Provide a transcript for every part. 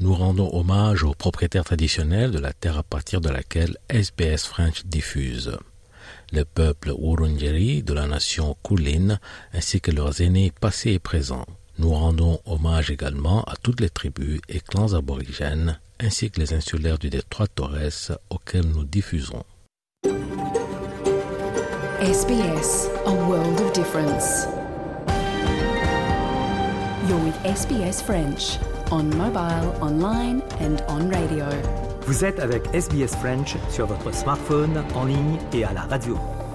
nous rendons hommage aux propriétaires traditionnels de la terre à partir de laquelle SBS French diffuse. Le peuple Wurundjeri de la nation Kulin ainsi que leurs aînés passés et présents. Nous rendons hommage également à toutes les tribus et clans aborigènes ainsi que les insulaires du détroit Torres auxquels nous diffusons. SBS, a world of difference. You're with SBS French, on mobile, online and on radio. Vous êtes avec SBS French sur votre smartphone, en ligne et à la radio.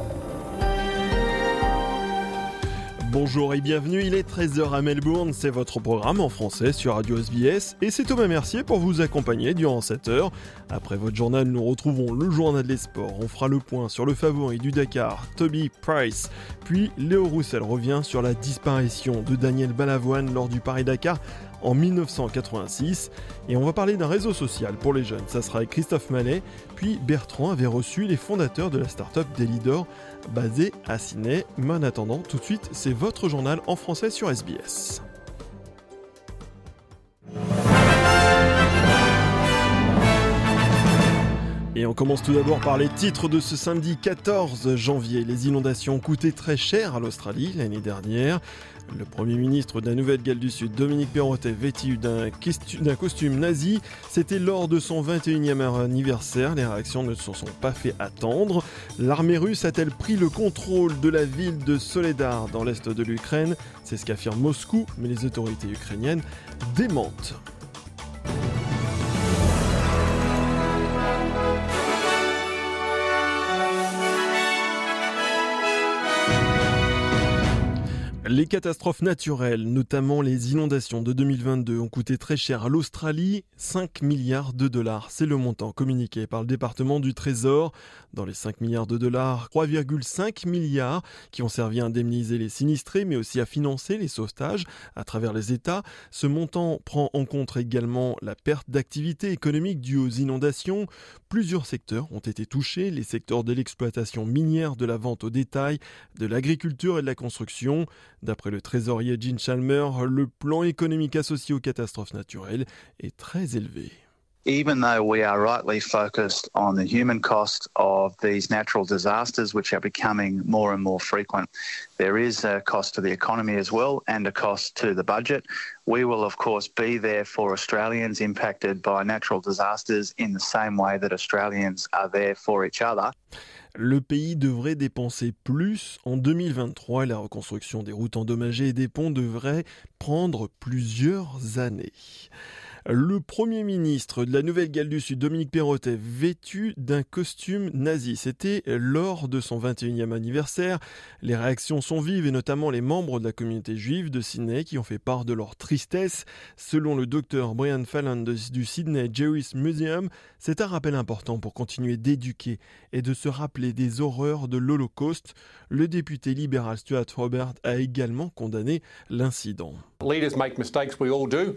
Bonjour et bienvenue, il est 13h à Melbourne, c'est votre programme en français sur Radio SBS et c'est Thomas Mercier pour vous accompagner durant cette heure. Après votre journal, nous retrouvons le journal des sports, on fera le point sur le favori du Dakar, Toby Price, puis Léo Roussel revient sur la disparition de Daniel Balavoine lors du Paris-Dakar en 1986 et on va parler d'un réseau social pour les jeunes, ça sera avec Christophe Mallet, puis Bertrand avait reçu les fondateurs de la start-up Daily Door basée à Sydney, mais en attendant, tout de suite, c'est votre journal en français sur SBS. Et on commence tout d'abord par les titres de ce samedi 14 janvier. Les inondations ont coûté très cher à l'Australie l'année dernière. Le Premier ministre de la Nouvelle-Galles du Sud, Dominic Perrottet, vêtu d'un costume nazi, c'était lors de son 21e anniversaire. Les réactions ne se sont pas fait attendre. L'armée russe a-t-elle pris le contrôle de la ville de Soledar dans l'est de l'Ukraine ? C'est ce qu'affirme Moscou, mais les autorités ukrainiennes démentent. Les catastrophes naturelles, notamment les inondations de 2022, ont coûté très cher à l'Australie, 5 milliards de dollars. C'est le montant communiqué par le département du Trésor. Dans les 5 milliards de dollars, 3,5 milliards qui ont servi à indemniser les sinistrés, mais aussi à financer les sauvetages à travers les États. Ce montant prend en compte également la perte d'activité économique due aux inondations. Plusieurs secteurs ont été touchés, les secteurs de l'exploitation minière, de la vente au détail, de l'agriculture et de la construction. D'après le trésorier Gene Chalmer, le plan économique associé aux catastrophes naturelles est très élevé. Even though we are rightly focused on the human cost of these natural disasters, which are becoming more and more frequent, there is a cost to the economy as well and a cost to the budget. We will, of course, be there for Australians impacted by natural disasters in the same way that Australians are there for each other. Le pays devrait dépenser plus en 2023 et la reconstruction des routes endommagées et des ponts devrait prendre plusieurs années. Le Premier ministre de la Nouvelle-Galles du Sud, Dominic Perrottet, vêtu d'un costume nazi. C'était lors de son 21e anniversaire. Les réactions sont vives et notamment les membres de la communauté juive de Sydney qui ont fait part de leur tristesse. Selon le docteur Brian Fallon du Sydney Jewish Museum, c'est un rappel important pour continuer d'éduquer et de se rappeler des horreurs de l'Holocauste. Le député libéral Stuart Robert a également condamné l'incident. Leaders make mistakes, we all do.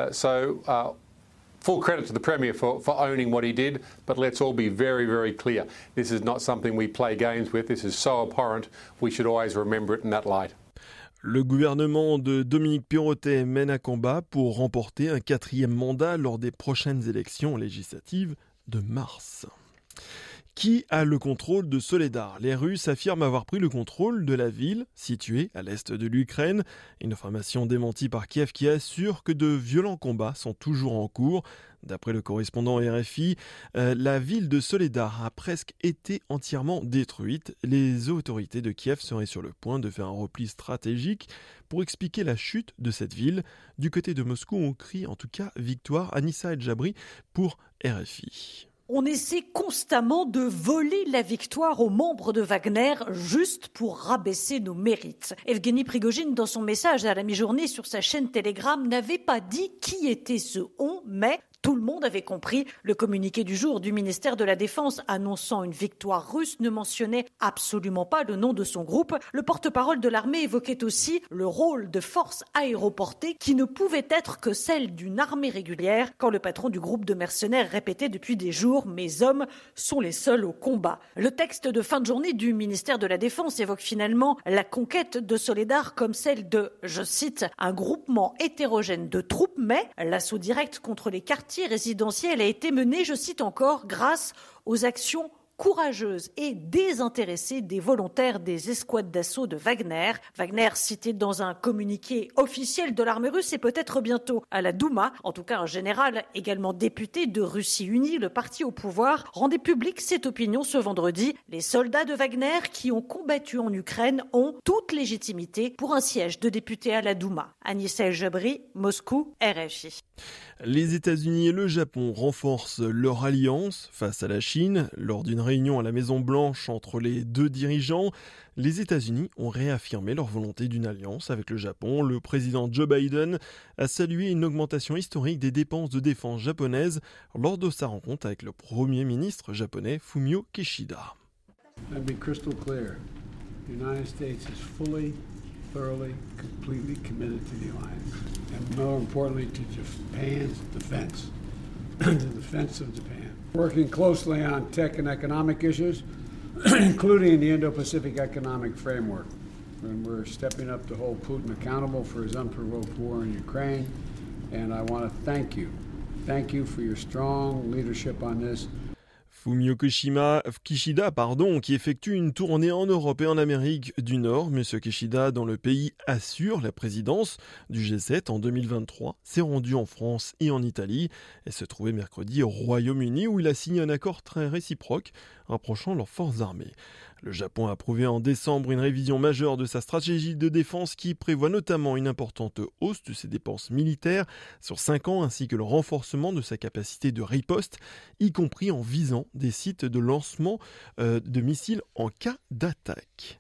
Full credit to the Premier for owning what he did, but let's all be very, very clear. This is not something we play games with. This is so abhorrent. We should always remember it in that light. Le gouvernement de Dominic Perrottet mène un combat pour remporter un 4e mandat lors des prochaines élections législatives de mars. Qui a le contrôle de Soledar ? Les Russes affirment avoir pris le contrôle de la ville, située à l'est de l'Ukraine. Une information démentie par Kiev qui assure que de violents combats sont toujours en cours. D'après le correspondant RFI, la ville de Soledar a presque été entièrement détruite. Les autorités de Kiev seraient sur le point de faire un repli stratégique pour expliquer la chute de cette ville. Du côté de Moscou, on crie en tout cas victoire. Anissa El-Jabri pour RFI. On essaie constamment de voler la victoire aux membres de Wagner juste pour rabaisser nos mérites. Evgeny Prigojine, dans son message à la mi-journée sur sa chaîne Telegram, n'avait pas dit qui était ce « on », mais tout le monde avait compris. Le communiqué du jour du ministère de la Défense annonçant une victoire russe ne mentionnait absolument pas le nom de son groupe. Le porte-parole de l'armée évoquait aussi le rôle de forces aéroportées qui ne pouvait être que celle d'une armée régulière quand le patron du groupe de mercenaires répétait depuis des jours « mes hommes sont les seuls au combat ». Le texte de fin de journée du ministère de la Défense évoque finalement la conquête de Soledar comme celle de, je cite, un groupement hétérogène de troupes, mais l'assaut direct contre contre les quartiers résidentiels a été menée, je cite encore, grâce aux actions courageuse et désintéressée des volontaires des escouades d'assaut de Wagner. Wagner cité dans un communiqué officiel de l'armée russe et peut-être bientôt à la Douma. En tout cas, un général, également député de Russie Unie, le parti au pouvoir, rendait publique cette opinion ce vendredi. Les soldats de Wagner qui ont combattu en Ukraine ont toute légitimité pour un siège de député à la Douma. Agnès El-Jabri, Moscou, RFI. Les États-Unis et le Japon renforcent leur alliance face à la Chine. Lors d'une réunion à la Maison-Blanche entre les deux dirigeants, les États-Unis ont réaffirmé leur volonté d'une alliance avec le Japon. Le président Joe Biden a salué une augmentation historique des dépenses de défense japonaises lors de sa rencontre avec le Premier ministre japonais Fumio Kishida. Let me be crystal clear. The United States is fully, thoroughly, completely committed to the alliance, and more importantly to Japan's defense, the defense of Japan. Working closely on tech and economic issues, including the Indo-Pacific Economic Framework. And we're stepping up to hold Putin accountable for his unprovoked war in Ukraine. And I want to thank you. Thank you for your strong leadership on this. Fumio Kishida, qui effectue une tournée en Europe et en Amérique du Nord. Monsieur Kishida, dont le pays assure la présidence du G7 en 2023, s'est rendu en France et en Italie et se trouvait mercredi au Royaume-Uni où il a signé un accord très réciproque rapprochant leurs forces armées. Le Japon a approuvé en décembre une révision majeure de sa stratégie de défense qui prévoit notamment une importante hausse de ses dépenses militaires sur 5 ans ainsi que le renforcement de sa capacité de riposte, y compris en visant des sites de lancement de missiles en cas d'attaque.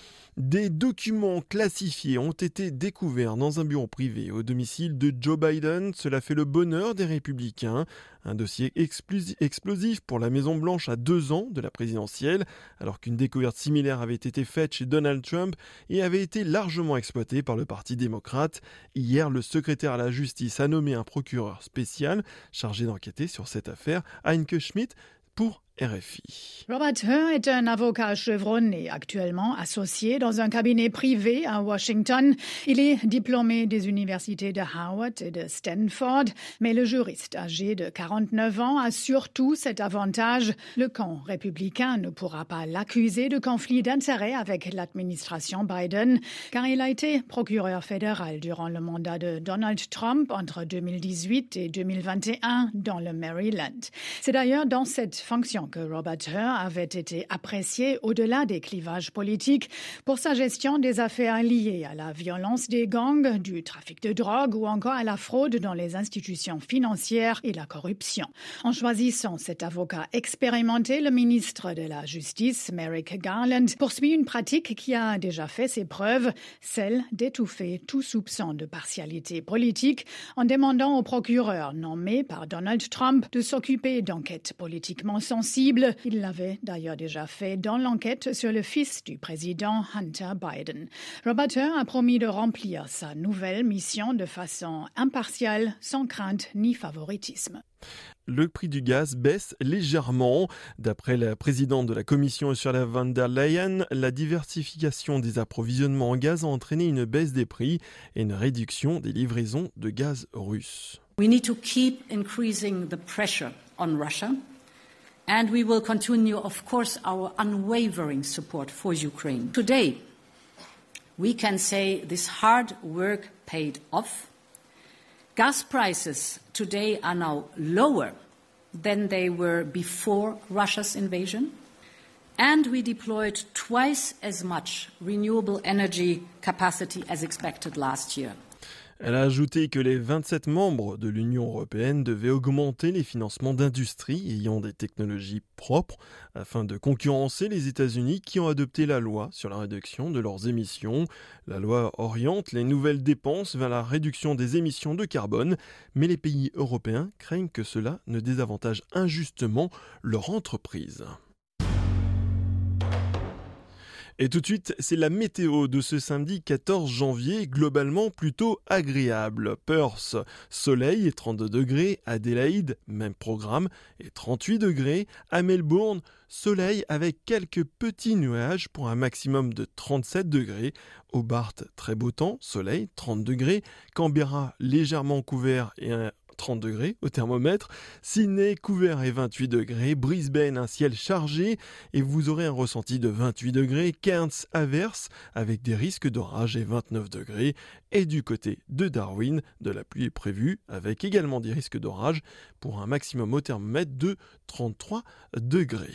Des documents classifiés ont été découverts dans un bureau privé au domicile de Joe Biden. Cela fait le bonheur des républicains. Un dossier explosif pour la Maison-Blanche à 2 ans de la présidentielle, alors qu'une découverte similaire avait été faite chez Donald Trump et avait été largement exploitée par le Parti démocrate. Hier, le secrétaire à la justice a nommé un procureur spécial chargé d'enquêter sur cette affaire, Heinke Schmidt, pour RFI. Robert Hur est un avocat chevronné, actuellement associé dans un cabinet privé à Washington. Il est diplômé des universités de Harvard et de Stanford, mais le juriste âgé de 49 ans a surtout cet avantage. Le camp républicain ne pourra pas l'accuser de conflit d'intérêts avec l'administration Biden, car il a été procureur fédéral durant le mandat de Donald Trump entre 2018 et 2021 dans le Maryland. C'est d'ailleurs dans cette fonction que Robert Hur avait été apprécié au-delà des clivages politiques pour sa gestion des affaires liées à la violence des gangs, du trafic de drogue ou encore à la fraude dans les institutions financières et la corruption. En choisissant cet avocat expérimenté, le ministre de la Justice, Merrick Garland, poursuit une pratique qui a déjà fait ses preuves, celle d'étouffer tout soupçon de partialité politique en demandant au procureur nommé par Donald Trump de s'occuper d'enquêtes politiquement sensibles. Il l'avait d'ailleurs déjà fait dans l'enquête sur le fils du président Hunter Biden. Robert Hur a promis de remplir sa nouvelle mission de façon impartiale, sans crainte ni favoritisme. Le prix du gaz baisse légèrement. D'après la présidente de la Commission Ursula von der Leyen, la diversification des approvisionnements en gaz a entraîné une baisse des prix et une réduction des livraisons de gaz russe. We need to keep increasing the pressure on Russia. And we will continue, of course, our unwavering support for Ukraine. Today, we can say this hard work paid off. Gas prices today are now lower than they were before Russia's invasion. And we deployed twice as much renewable energy capacity as expected last year. Elle a ajouté que les 27 membres de l'Union européenne devaient augmenter les financements d'industries ayant des technologies propres afin de concurrencer les États-Unis qui ont adopté la loi sur la réduction de leurs émissions. La loi oriente les nouvelles dépenses vers la réduction des émissions de carbone, mais les pays européens craignent que cela ne désavantage injustement leur entreprise. Et tout de suite, c'est la météo de ce samedi 14 janvier, globalement plutôt agréable. Perth, soleil et 32 degrés. Adélaïde, même programme, et 38 degrés. À Melbourne, soleil avec quelques petits nuages pour un maximum de 37 degrés. Hobart, très beau temps, soleil, 30 degrés. Canberra, légèrement couvert et un 30 degrés au thermomètre. Sydney, couvert et 28 degrés. Brisbane, un ciel chargé et vous aurez un ressenti de 28 degrés. Cairns, averse avec des risques d'orage et 29 degrés. Et du côté de Darwin, de la pluie est prévue avec également des risques d'orage pour un maximum au thermomètre de 33 degrés.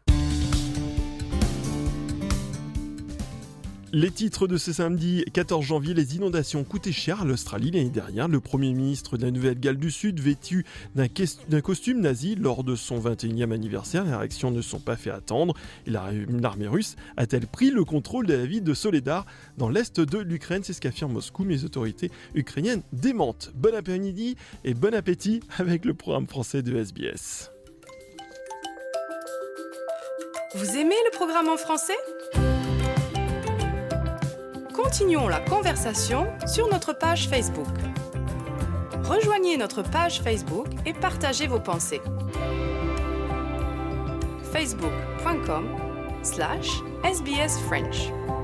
Les titres de ce samedi 14 janvier, les inondations coûtaient cher à l'Australie l'année dernière. Le Premier ministre de la Nouvelle-Galles du Sud, vêtu d'un costume nazi lors de son 21e anniversaire, les réactions ne sont pas fait attendre. Et l'armée russe a-t-elle pris le contrôle de la ville de Soledar dans l'est de l'Ukraine? C'est ce qu'affirme Moscou, mais les autorités ukrainiennes démentent. Bon après-midi et bon appétit avec le programme français de SBS. Vous aimez le programme en français ? Continuons la conversation sur notre page Facebook. Rejoignez notre page Facebook et partagez vos pensées. facebook.com/sbsfrench